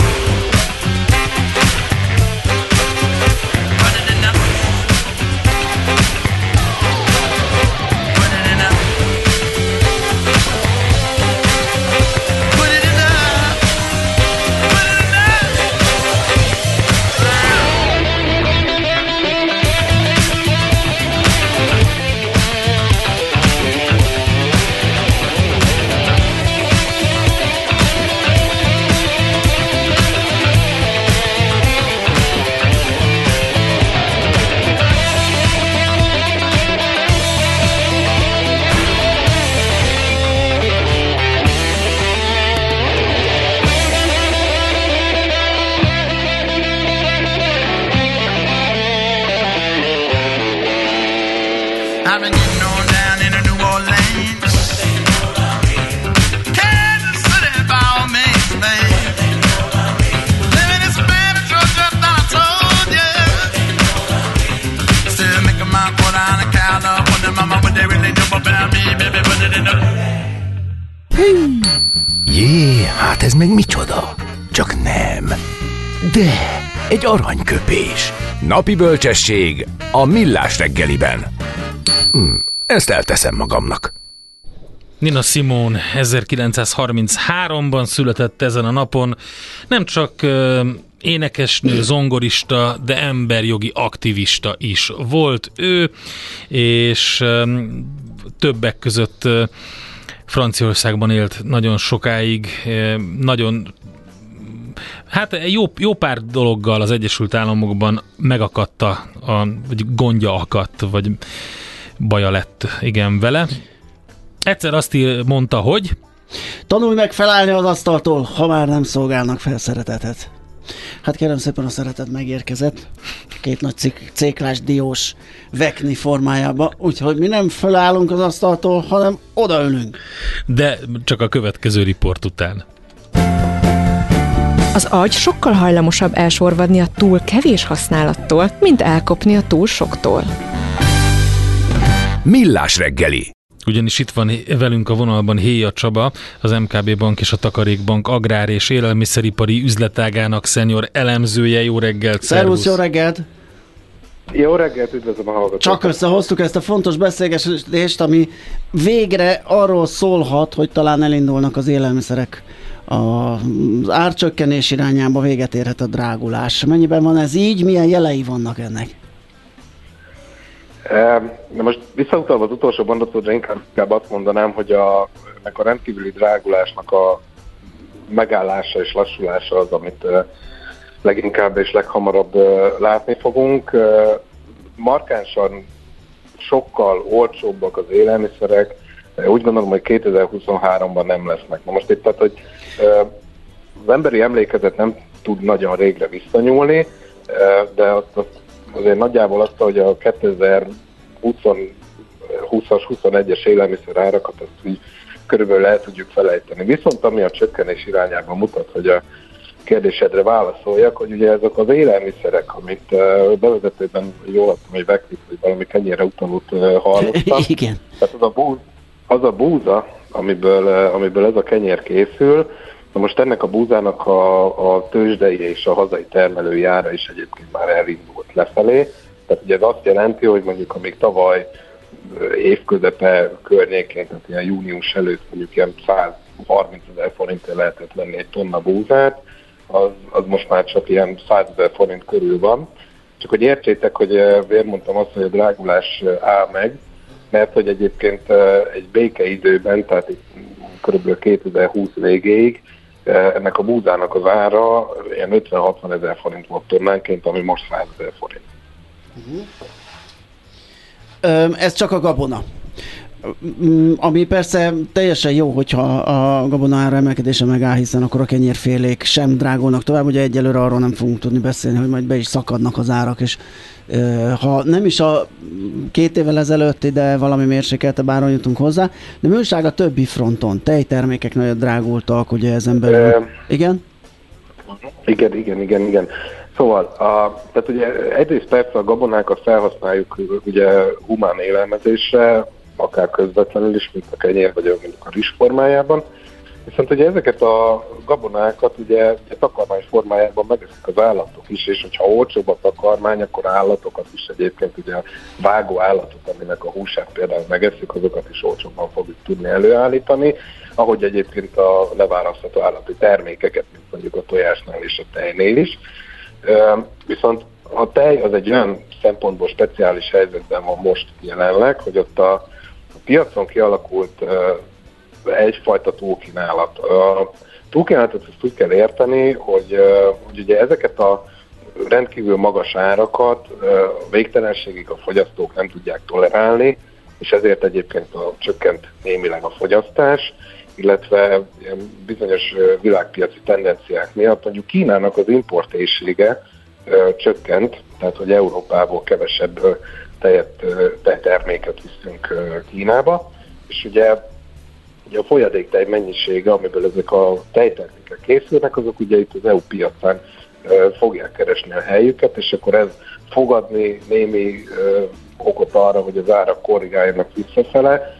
I've been getting on down in New Orleans. Kansas City, by all means, babe. Living in Savannah, Georgia, thought I told you. Still making my go down to California, mama, what they really know about me, baby, put it in the. Jé, hát ez meg micsoda? Csak nem. De, egy aranyköpés. Napi bölcsesség a Millás reggeliben. Ezt elteszem magamnak. Nina Simone 1933-ban született ezen a napon. Nem csak énekesnő, zongorista, de emberjogi aktivista is volt ő, és többek között Franciaországban élt nagyon sokáig, nagyon jó pár dologgal az Egyesült Államokban megakadta, vagy gondja akadt, vagy baja lett, igen, vele. Egyszer azt mondta, hogy tanulj meg felállni az asztaltól, ha már nem szolgálnak fel szeretetet. Hát kérem szépen, a szeretet megérkezett. Két nagy céklás diós vekni formájába, úgyhogy mi nem felállunk az asztaltól, hanem odaülünk. De csak a következő riport után. Az agy sokkal hajlamosabb elsorvadni a túl kevés használattól, mint elkopni a túl soktól. Millás reggeli. Ugyanis itt van velünk a vonalban Héja Csaba, az MKB Bank és a Takarékbank agrár- és élelmiszeripari üzletágának szenior elemzője. Jó reggelt! Szervusz, jó reggelt! Jó reggelt, üdvözlöm a hallgatókat! Csak összehoztuk ezt a fontos beszélgetést, ami végre arról szólhat, hogy talán elindulnak az élelmiszerek az árcsökkenés irányába, véget érhet a drágulás. Mennyiben van ez így? Milyen jelei vannak ennek? Most visszautalva az utolsó mondatodra inkább azt mondanám, hogy ennek a rendkívüli drágulásnak a megállása és lassulása az, amit leginkább és leghamarabb látni fogunk. Markánsan sokkal olcsóbbak az élelmiszerek, úgy gondolom, hogy 2023-ban nem lesznek. Na most itt tehát, hogy az emberi emlékezet nem tud nagyon régre visszanyúlni, de azért nagyjából azt, hogy a 2020-as, 21-es élelmiszer árakat azt így körülbelül el tudjuk felejteni. Viszont ami a csökkenés irányába mutat, hogy a kérdésedre válaszoljak, hogy ugye ezek az élelmiszerek, amit bevezetőben jól adtam, hogy vekvit, vagy valami kenyérre utalót hallottam. Igen. Tehát az a búza, amiből ez a kenyér készül, na most ennek a búzának a tőzsdei és a hazai termelői ára is egyébként már elindult lefelé. Tehát ugye ez azt jelenti, hogy mondjuk amíg tavaly évközepe környékén, tehát ilyen június előtt mondjuk ilyen 130 000 forintért lehetett venni egy tonna búzát, az most már csak ilyen 100 000 forint körül van. Csak hogy értsétek, hogy miért mondtam azt, hogy a drágulás áll meg, mert hogy egyébként egy békeidőben, tehát itt kb. 2020 végéig ennek a búzának az ára ilyen 50-60 000 forint volt tonnánként, ami most 100 000 forint. Ez csak a gabona. Ami persze teljesen jó, hogyha a gabona ára emelkedése megáll, hiszen akkor a kenyérfélék sem drágulnak tovább. Ugye egyelőre arról nem fogunk tudni beszélni, hogy majd be is szakadnak az árak, és ha nem is a 2 évvel ezelőtti, de valami mérsékeltebb áron jutunk hozzá, de műság a többi fronton. Tejtermékek nagyon drágultak, ugye ezen belül. Igen? Igen. Szóval, tehát ugye egyrészt persze a gabonákat felhasználjuk ugye humán élelmezésre, akár közvetlenül is, mint a kenyér, vagy mondjuk a rizs formájában. Viszont ugye ezeket a gabonákat ugye takarmány formájában megeszik az állatok is, és hogyha olcsóbb a takarmány, akkor állatokat is egyébként ugye a vágó állatok, aminek a húsát például megeszik, azokat is olcsóbban fogjuk tudni előállítani, ahogy egyébként a leválasztható állati termékeket, mint mondjuk a tojásnál és a tejnél is. Viszont a tej az egy olyan szempontból speciális helyzetben van most jelenleg, hogy ott a piacon kialakult egyfajta túlkínálat. A túlkínálatot azt úgy kell érteni, hogy ugye ezeket a rendkívül magas árakat végtelenségig a fogyasztók nem tudják tolerálni, és ezért egyébként csökkent némileg a fogyasztás, illetve bizonyos világpiaci tendenciák miatt mondjuk Kínának az importéhsége csökkent, tehát hogy Európából kevesebb tejterméket viszünk Kínába, és ugye a folyadéktej mennyisége, amiből ezek a tejtermékek készülnek, azok ugye itt az EU piacán fogják keresni a helyüket, és akkor ez fogadni némi okot arra, hogy az árak korrigáljanak visszafele.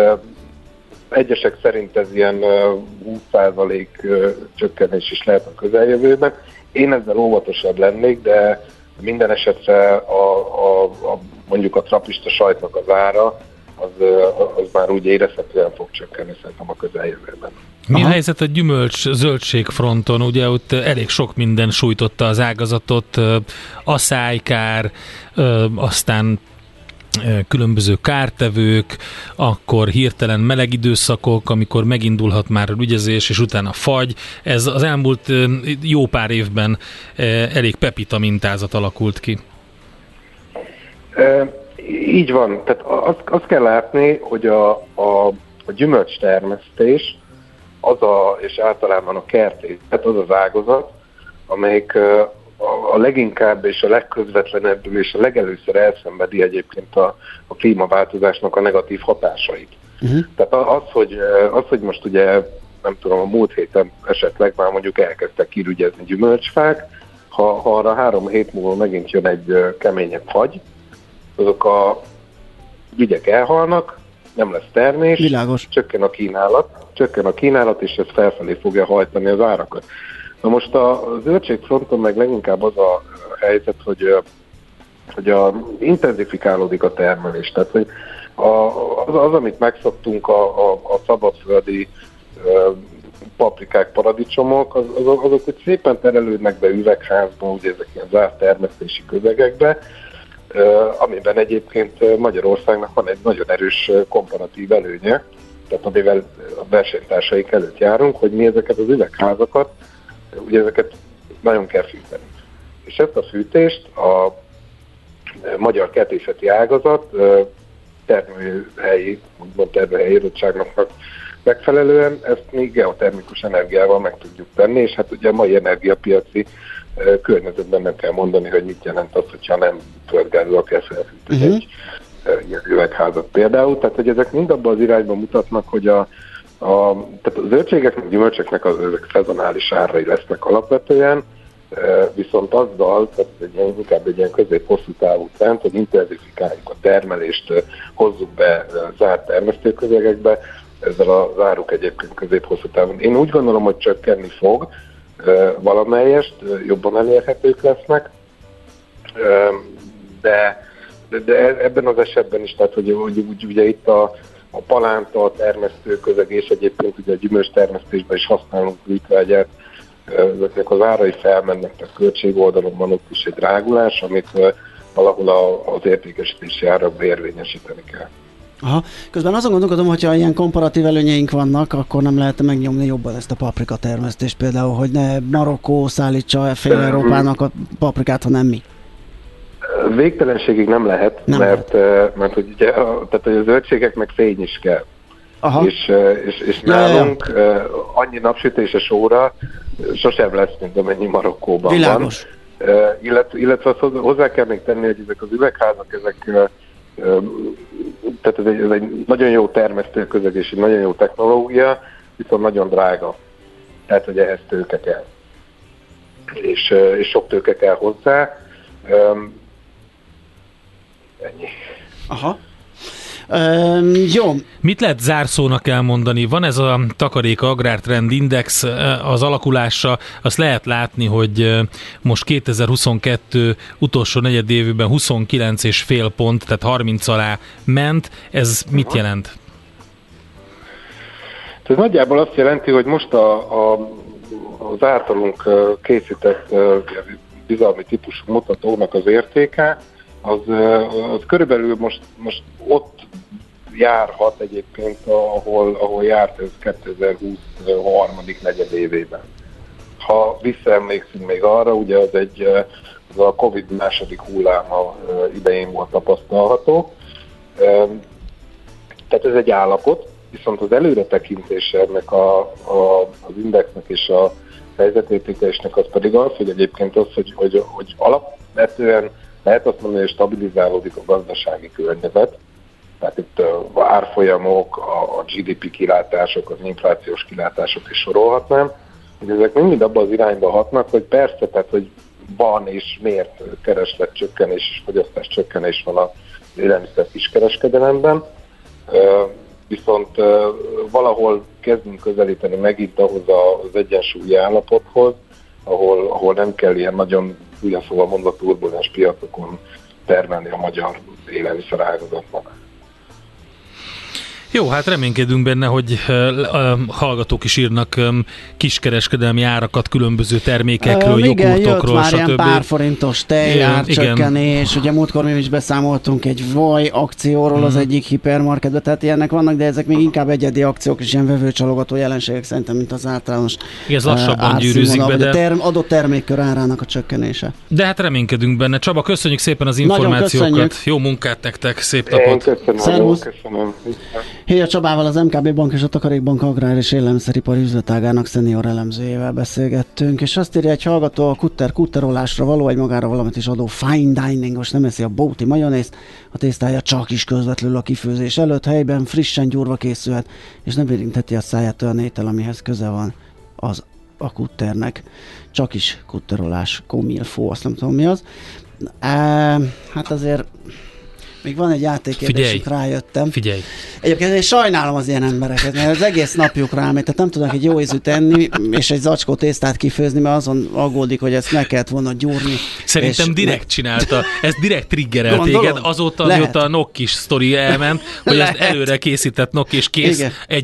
Egyesek szerint ez ilyen 20% csökkenés is lehet a közeljövőben. Én ezzel óvatosabb lennék, de minden esetre mondjuk a trapista sajtnak az ára az már úgy érezhetően fog csökkenni szerintem a közeljövőben. Mi a helyzet a gyümölcs-zöldség fronton? Ugye ott elég sok minden sújtotta az ágazatot, aszálykár, aztán különböző kártevők, akkor hirtelen meleg időszakok, amikor megindulhat már a ügyezés, és utána fagy. Ez az elmúlt jó pár évben elég pepita mintázat alakult ki. Így van. Tehát azt kell látni, hogy a gyümölcstermesztés és általában a kertészet az az ágazat, amelyik a leginkább és a legközvetlenebbül és a legelőször elszenvedi egyébként a klímaváltozásnak a negatív hatásait. Tehát az, hogy most ugye, nem tudom, a múlt héten esetleg már mondjuk elkezdtek kirügyezni gyümölcsfák, ha arra 3 hét múlva megint jön egy keményebb fagy, azok a ügyek elhalnak, nem lesz termés, világos. Csökken a kínálat, és ez felfelé fogja hajtani az árakat. Na most a zöldségfronton meg leginkább az a helyzet, hogy intenzifikálódik a termelés. Tehát, hogy az amit megszoktunk a szabadföldi paprikák, paradicsomok, azok hogy szépen terelődnek be üvegházba, ugye ezek ilyen zárt termesztési közegekbe, amiben egyébként Magyarországnak van egy nagyon erős komparatív előnye, tehát amivel a versenytársaik előtt járunk, hogy mi ezeket az üvegházakat, ugye ezeket nagyon kell fűteni. És ezt a fűtést a magyar kertészeti ágazat termőhelyi adottságnak megfelelően ezt még geotermikus energiával meg tudjuk tenni, és hát ugye a mai energiapiaci környezetben nem kell mondani, hogy mit jelent az, hogyha nem földgázzal kell felfűteni egy ilyen üvegházat például. Tehát, hogy ezek mind abban az irányban mutatnak, hogy tehát a zöldségeknek, gyümölcsöknek ezek szezonális árai lesznek alapvetően, viszont azzal, tehát inkább egy ilyen közép-hosszú távú trend, hogy intenzifikáljuk a termelést, hozzuk be zárt termesztőközegekbe, ezzel az áruk egyébként közép-hosszú távon. Én úgy gondolom, hogy csökkenni fog, valamelyest jobban elérhetők lesznek, de ebben az esetben is, tehát hogy ugye itt a palánta, a termesztőközeg és egyébként ugye a gyümölcs termesztésben is használunk műtrágyát, ezeknek az árai felmennek, tehát költségoldalon van ott is egy drágulás, amit valahol az értékesítési árakba érvényesíteni kell. Aha. Közben azon gondolkodom, hogyha ilyen komparatív előnyeink vannak, akkor nem lehet megnyomni jobban ezt a paprika termesztést például, hogy ne Marokkó szállítsa fél Európának a paprikát, hanem mi? Végtelenségig nem lehet, mert hogy ugye, tehát a zöldségeknek fény is kell. Aha. És nálunk annyi napsütéses óra sosem lesz, mint amennyi Marokkóban világos. Van. Illetve azt hozzá kell még tenni, hogy ezek az üvegházak, tehát ez egy nagyon jó termesztőközeg és egy nagyon jó technológia, viszont nagyon drága. Tehát, hogy ehhez tőke kell. És sok tőke kell hozzá. Ennyi. Aha. Jó. Mit lehet zárszónak elmondani? Van ez a Takarék Agrártrend Index, az alakulása, azt lehet látni, hogy most 2022 utolsó negyedévében 29,5 pont, tehát 30 alá ment. Ez mit jelent? Ez nagyjából azt jelenti, hogy most az általunk készített bizalmi típusú mutatónak az értéke, az körülbelül most ott járhat egyébként, ahol járt ez 2020 harmadik negyedévében. Ha visszaemlékszünk még arra, ugye az a Covid második hulláma idején volt tapasztalható. Tehát ez egy állapot, viszont az előretekintése ennek az indexnek és a helyzetértékelésnek az pedig az, hogy egyébként az, hogy alapvetően lehet azt mondani, hogy stabilizálódik a gazdasági környezet, tehát itt az árfolyamok, a GDP kilátások, az inflációs kilátások is sorolhatnám, hogy ezek mind abban az irányba hatnak, hogy persze, tehát hogy van és miért keresletcsökkenés és fogyasztáscsökkenés van az élelmiszer kiskereskedelemben, viszont valahol kezdünk közelíteni megint ahhoz az egyensúlyi állapothoz, ahol nem kell ilyen nagyon, ugyan szóval mondva turbulens piacokon termelni a magyar élelmiszer ágazatnak. Jó, hát reménykedünk benne, hogy hallgatók is írnak kiskereskedelmi árakat különböző termékekről, joghurtokról, már stb. Ilyen pár forintos tejárcsökkenés, ugye múltkor mi is beszámoltunk egy vaj akcióról az egyik hipermarketben, tehát ilyenek vannak, de ezek még inkább egyedi akciók és ilyen vevőcsalogató jelenségek szerintem, mint az általános ez lassabban gyűrűzik be, de adott termékkör árának a csökkenése. De hát reménykedünk benne. Csaba, köszönjük szépen az információkat. Jó munkát nektek, szép napot. Köszönöm. Héja Csabával, az MKB Bank és a Takarékbank agrár és élelmiszeripari üzletágának szenior elemzőjével beszélgettünk, és azt írja egy hallgató, a kutterolásra való, egy magára valamit is adó fine dining, most nem eszi a bóti majonézt, a tésztája csak is közvetlenül a kifőzés előtt, helyben frissen gyúrva készülhet, és nem érintheti a száját olyan étel, amihez köze van a kutternek. Csak is kutterolás, komilfó, azt nem tudom mi az. Hát azért még van egy játékérdésünk, rájöttem. Figyelj. Egyébként én sajnálom az ilyen embereket, mert az egész napjuk rámegy, tehát nem tudnak egy jó ízűt enni, és egy zacskó tésztát kifőzni, mert azon aggódik, hogy ezt meg kellett volna gyúrni. Szerintem direkt csinálta, ez direkt triggerelt téged, azóta, amióta a Nokkis sztori elment, hogy ezt előre készített Nokki, és kész.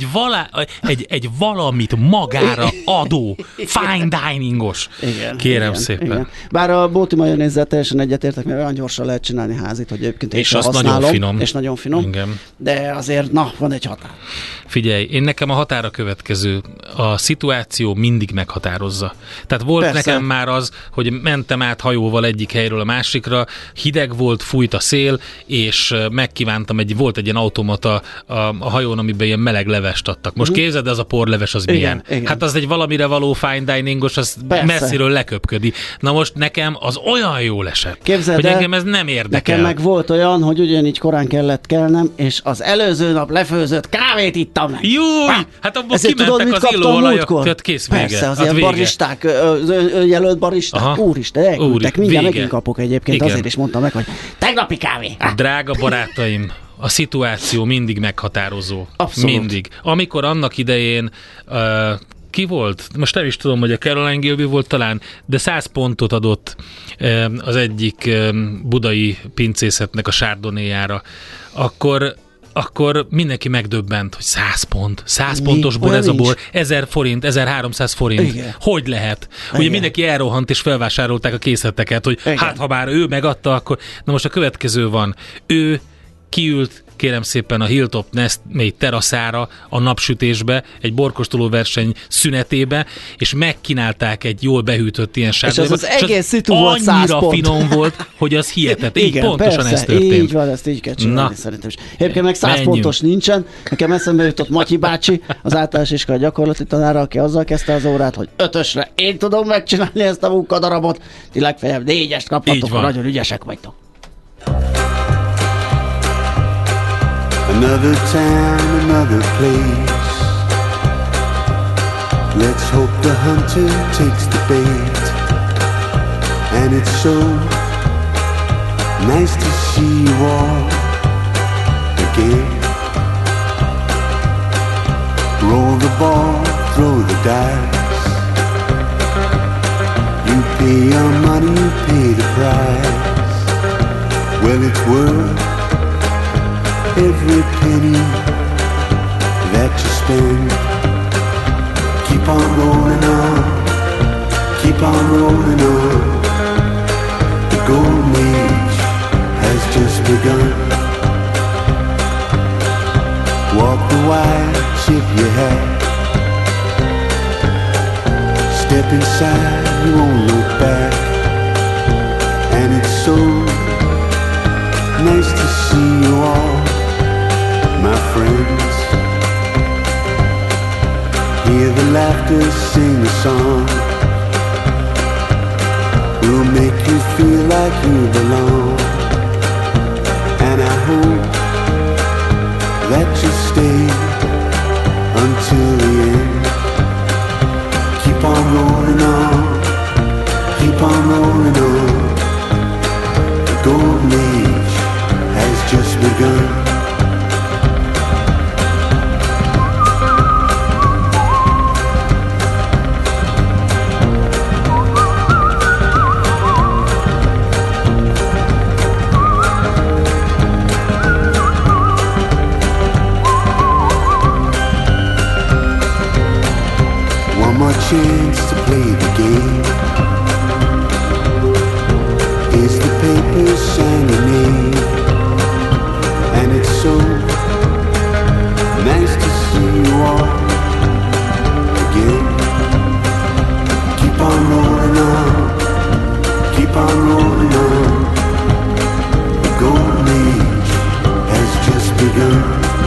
Egy valamit magára adó, fine diningos. Kérem szépen. Igen. Bár a bóti majonézzel teljesen egyetértek, mert olyan gyorsan lehet csinálni házit, hogy egyébként és az nagyon finom. És nagyon finom. Igen. De azért, van egy határ. Figyelj, én nekem a határa következő. A szituáció mindig meghatározza. Tehát volt nekem már az, hogy mentem át hajóval egyik helyről a másikra, hideg volt, fújt a szél, és megkívántam, volt egy ilyen automata a hajón, amiben ilyen meleg levest adtak. Most képzeld, ez a porleves az milyen? Igen. Hát az egy valamire való fine diningos, az messziről leköpködi. Na most nekem az olyan jól esett, képzeld hogy el, engem ez nem érdekel. Nekem meg volt olyan, hogy ugyanígy korán kellett kelnem, és az előző nap lefőzött kávét ittam meg. Júj! Hát abból kimentek az illóolajok, tehát kész vége. Persze, az ilyen baristák, jelölt baristák, úristen, elküldtek, mindjárt megint kapok egyébként, igen. Azért is mondtam meg, hogy tegnapi kávé. Drága barátaim, a szituáció mindig meghatározó. Abszolút. Mindig. Amikor annak idején ki volt? Most nem is tudom, hogy a Caroline Gilby volt talán, de 100 pontot adott az egyik budai pincészetnek a sárdonyéjára. Akkor mindenki megdöbbent, hogy 100 pont. 100 pontos bor ez a bor. 1000 forint, 1300 forint. Igen. Hogy lehet? Ugye mindenki elrohant és felvásárolták a készleteket, hogy igen. Hát ha bár ő megadta, akkor... Na most a következő van. Ő kiült, kérem szépen, a Hilltop Nest teraszára a napsütésbe, egy borkóstoló verseny szünetébe, és megkínálták egy jól behűtött ilyen sárdonyba. És az egész szitu volt 100 pont. Annyira finom volt, hogy az hihetett. Így igen, pontosan persze, ez történt. Így van, ezt így kell csinálni szerintem is. Egyébként meg 100 pontos nincsen. Nekem eszembe jutott Matyi bácsi, az általános iskola gyakorlati tanára, aki azzal kezdte az órát, hogy 5-ösre én tudom megcsinálni ezt a munkadarabot, ti legfeljebb 4-est kaphatok, ha nagyon ügyesek vagytok. Another time, another place. Let's hope the hunter takes the bait. And it's so nice to see you all again. Roll the ball, throw the dice. You pay your money, you pay the price. Well, it's worth every penny that you spend. Keep on rolling on, keep on rolling on. The golden age has just begun. Walk the wide, tip your hat. Step inside, you won't look back. And it's so nice to see you all, my friends. Hear the laughter, sing a song. We'll make you feel like you belong. And I hope that you stay until the end. Keep on rolling on, keep on rolling on. The golden age has just begun. chance to play the game. Is the paper shining in? And it's so nice to see you all again. Keep on rolling on, keep on rolling on. The golden age has just begun.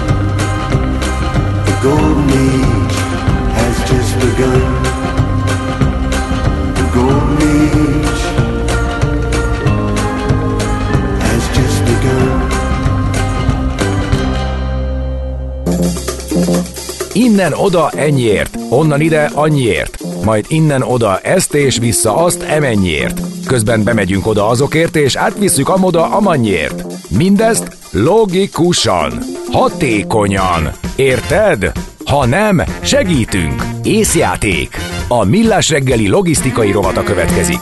The golden age has just begun. The golden age has just begun. Innen oda ennyiért, onnan ide annyiért, majd innen oda ezt és vissza azt emennyiért. Közben bemegyünk oda azokért és átvisszük amoda amannyiért. Mindezt logikusan, hatékonyan. Érted? Ha nem, segítünk. Észjáték. A Millás reggeli logisztikai rovata következik.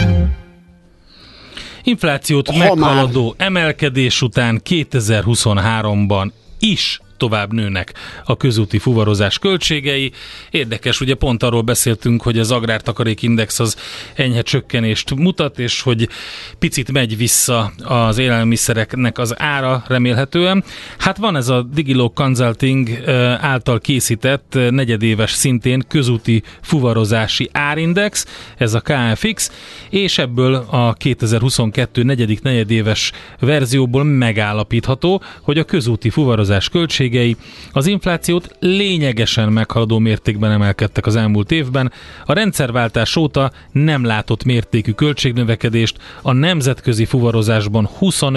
Inflációt meghaladó emelkedés után 2023-ban is tovább nőnek a közúti fuvarozás költségei. Érdekes, ugye pont arról beszéltünk, hogy az agrártakarékindex az enyhe csökkenést mutat, és hogy picit megy vissza az élelmiszereknek az ára remélhetően. Hát van ez a Digilog Consulting által készített negyedéves szintén közúti fuvarozási árindex, ez a KFX, és ebből a 2022 negyedik negyedéves verzióból megállapítható, hogy a közúti fuvarozás költségei az inflációt lényegesen meghaladó mértékben emelkedtek az elmúlt évben. A rendszerváltás óta nem látott mértékű költségnövekedést, a nemzetközi fuvarozásban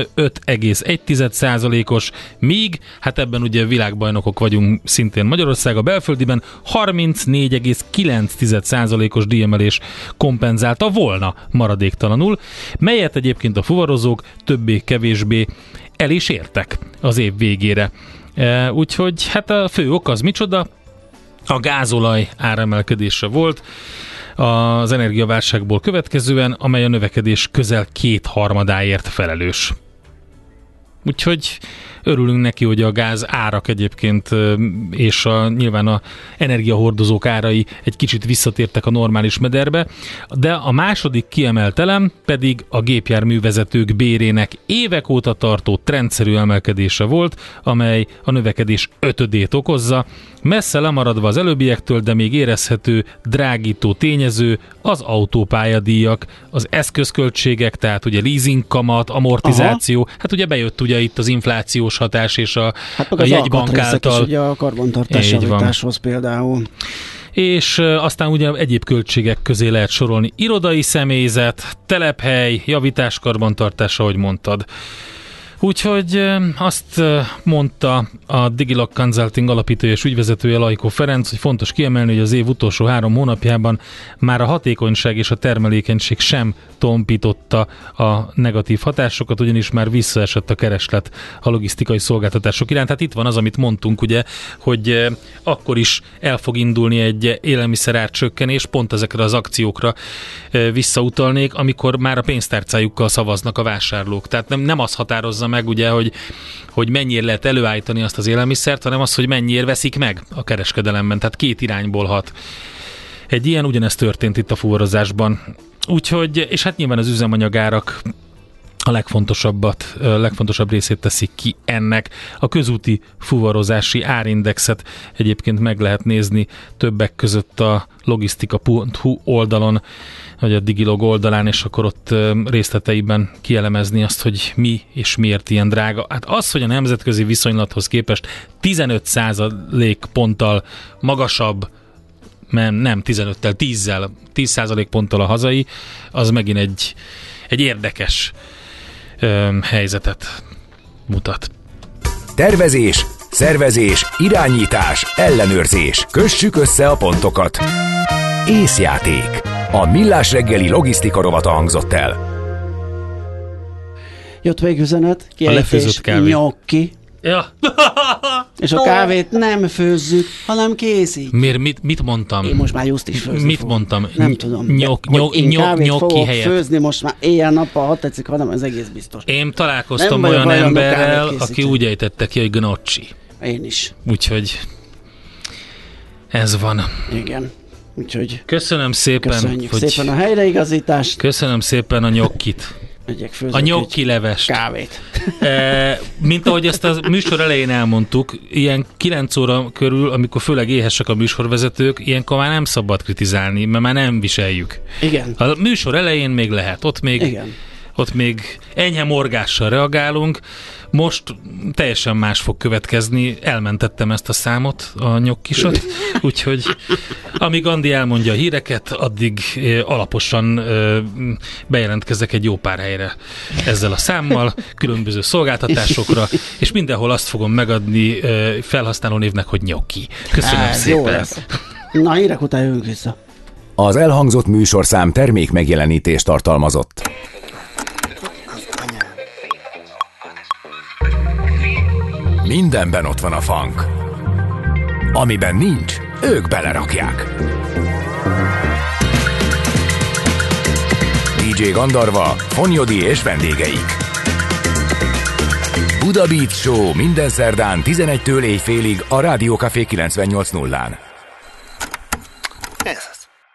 25,1%-os, míg, hát ebben ugye világbajnokok vagyunk szintén Magyarország, a belföldiben 34,9%-os díjemelés kompenzálta volna maradéktalanul, melyet egyébként a fuvarozók többé-kevésbé el is értek az év végére. Úgyhogy hát a fő ok az micsoda? A gázolaj áremelkedése volt az energiaválságból következően, amely a növekedés közel 2/3 felelős. Úgyhogy örülünk neki, hogy a gáz árak egyébként és nyilván a energiahordozók árai egy kicsit visszatértek a normális mederbe, de a második kiemelt elem pedig a gépjárművezetők bérének évek óta tartó trendszerű emelkedése volt, amely a növekedés 5/5 okozza, messze lemaradva az előbbiektől, de még érezhető drágító tényező az autópályadíjak, az eszközköltségek, tehát ugye leasing kamat, amortizáció, aha. Hát ugye bejött ugye itt az inflációs hatás és a jegybank által. Ugye a karbantartás javításhoz például. És aztán ugye egyéb költségek közé lehet sorolni irodai személyzet, telephely, javítás, karbantartás, ahogy mondtad. Úgyhogy azt mondta a Digilog Consulting alapítója és ügyvezetője Lajkó Ferenc, hogy fontos kiemelni, hogy az év utolsó 3 hónapjában már a hatékonyság és a termelékenység sem tompította a negatív hatásokat, ugyanis már visszaesett a kereslet a logisztikai szolgáltatások iránt. Hát itt van az, amit mondtunk, ugye, hogy akkor is el fog indulni egy élelmiszerár csökkenés, pont ezekre az akciókra visszautalnék, amikor már a pénztárcájukkal szavaznak a vásárlók. Tehát nem az határozza meg, ugye, hogy mennyire lehet előállítani azt az élelmiszert, hanem az, hogy mennyire veszik meg a kereskedelemben. Tehát két irányból hat. Egy ilyen ugyanezt történt itt a fuvarozásban. Úgyhogy, és hát nyilván az üzemanyagárak a legfontosabb részét teszik ki ennek. A közúti fuvarozási árindexet egyébként meg lehet nézni többek között a logistika.hu oldalon, vagy a Digilog oldalán, és akkor ott részleteiben kielemezni azt, hogy mi és miért ilyen drága. Hát az, hogy a nemzetközi viszonylathoz képest 15% ponttal magasabb, nem 15-tel, 10% ponttal a hazai, az megint egy érdekes helyzetet mutat. Tervezés, szervezés, irányítás, ellenőrzés. Kössük össze a pontokat. Észjáték. A Millás reggeli logisztika rovata hangzott el. Jött végüzenet, kiejtés, nyokki. Ja. És a kávét nem főzzük, hanem készít. Miért? Mit mondtam? Én most már just is főzni Mit fogok. mondtam? Nem tudom. Én kávét fogok helyett. főzni most már éjjel-nappal, ha tetszik, hanem ez egész biztos. Én találkoztam olyan emberrel, aki úgy ejtette ki, hogy gnocchi. Én is. Úgyhogy ez van. Igen. Úgyhogy köszönöm szépen. Köszönjük szépen a helyreigazítást. Köszönöm szépen a nyokkit. A nyokki levest. Kávét. Mint ahogy ezt a műsor elején elmondtuk, ilyen 9 óra körül, amikor főleg éhesek a műsorvezetők, ilyenkor már nem szabad kritizálni, mert már nem viseljük. Igen. A műsor elején még lehet, ott még enyhe morgással reagálunk. Most teljesen más fog következni. Elmentettem ezt a számot, a nyokkisot, úgyhogy amíg Andi elmondja a híreket, addig alaposan bejelentkezek egy jó pár helyre ezzel a számmal, különböző szolgáltatásokra, és mindenhol azt fogom megadni felhasználó névnek, hogy nyokki. Köszönöm szépen. Na, hírek után jövünk vissza. Az elhangzott műsorszám termék megjelenítést tartalmazott. Mindenben ott van a funk. Amiben nincs, ők belerakják. DJ Gandarva, Fonyodi és vendégeik. Buda Beat Show minden szerdán 11-től éjfélig a Rádió Café 98.0-án. Ez az.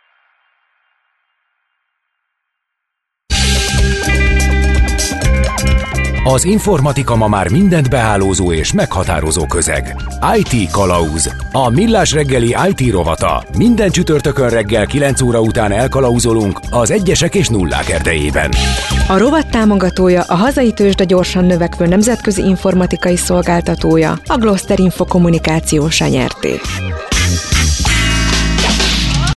Az informatika ma már mindent behálózó és meghatározó közeg. IT Kalauz. A Millás reggeli IT rovata. Minden csütörtökön reggel 9 óra után elkalauzolunk az egyesek és nullák erdejében. A rovat támogatója, a hazai tőzsde gyorsan növekvő nemzetközi informatikai szolgáltatója, a Gloster Info kommunikáció Nyrt.